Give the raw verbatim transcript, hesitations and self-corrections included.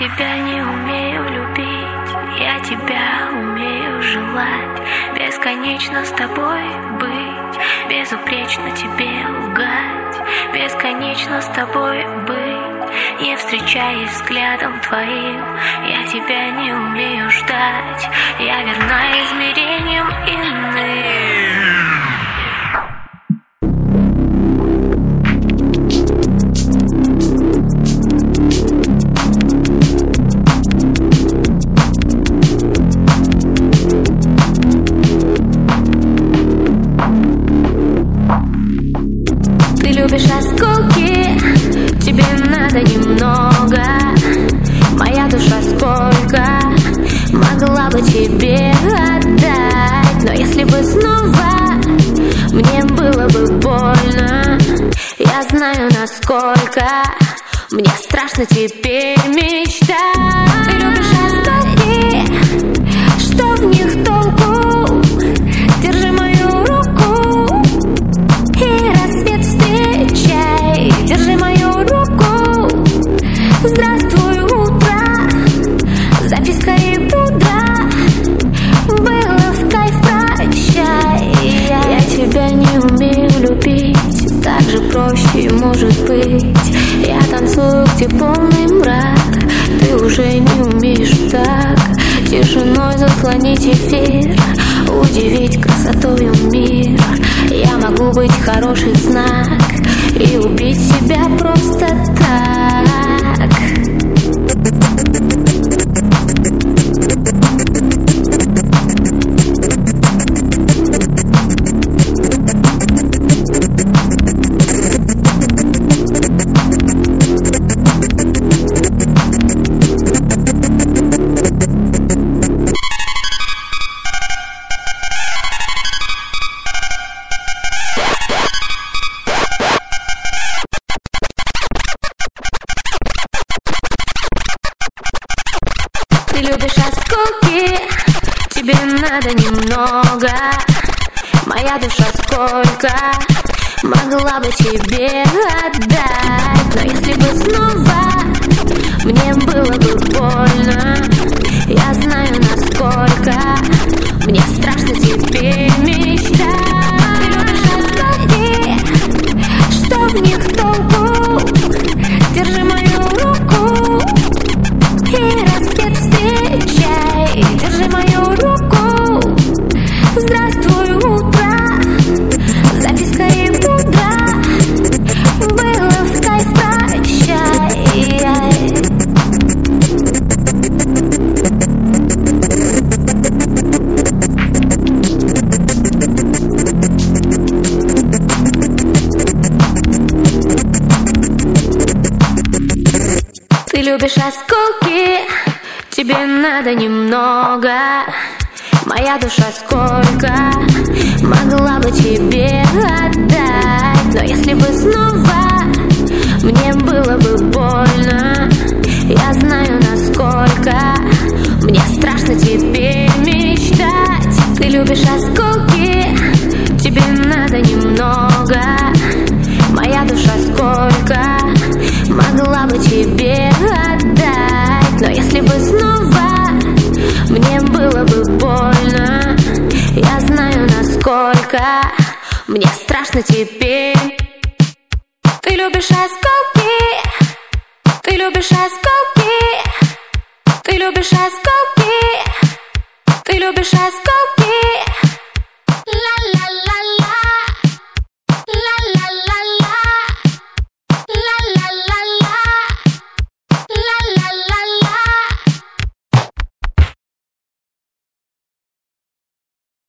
тебя не умею любить, я тебя умею желать. Бесконечно с тобой быть, безупречно тебе лгать. Бесконечно с тобой быть, не встречаясь взглядом твоим. Я тебя не умею ждать, я верна измерениям иным. Любишь осколки, тебе надо немного. Моя душа сколько могла бы тебе отдать. Но если бы снова мне было бы больно, я знаю, насколько мне страшно теперь мечтать. Ты любишь осколки, что в них толку? Держи мою руку и рассвет встречай. Держи мою руку, здравствуй, утро. Записка и пудра, было в кайф, прощай. Я тебя не умею любить, так же проще может быть. Я танцую, где полный мрак, ты уже не умеешь так тишиной заслонить эфир, удивить красотою мир. Я могу быть хороший знак и убить себя просто так. Ты любишь осколки, тебе надо немного. Моя душа сколько могла бы тебе отдать. Но если бы снова мне было бы больно, я знаю, насколько мне страшно теперь мечтать. Ты любишь осколки, что в них толку? Держи мою руку и рассвет встречай. Держи мою руку, здравствуй, утро. Записка и пудра, было в кайф, прощай. Ты любишь осколки, тебе надо немного. Моя душа сколько могла бы тебе отдать. Но если бы снова мне было бы больно, я знаю, насколько мне страшно теперь мечтать. Ты любишь осколки, тебе надо немного. Моя душа сколько могла бы тебе отдать. Но если бы снова мне было бы больно, я знаю, насколько мне страшно теперь. Ты любишь осколки, ты любишь осколки, ты любишь осколки, ты любишь осколки.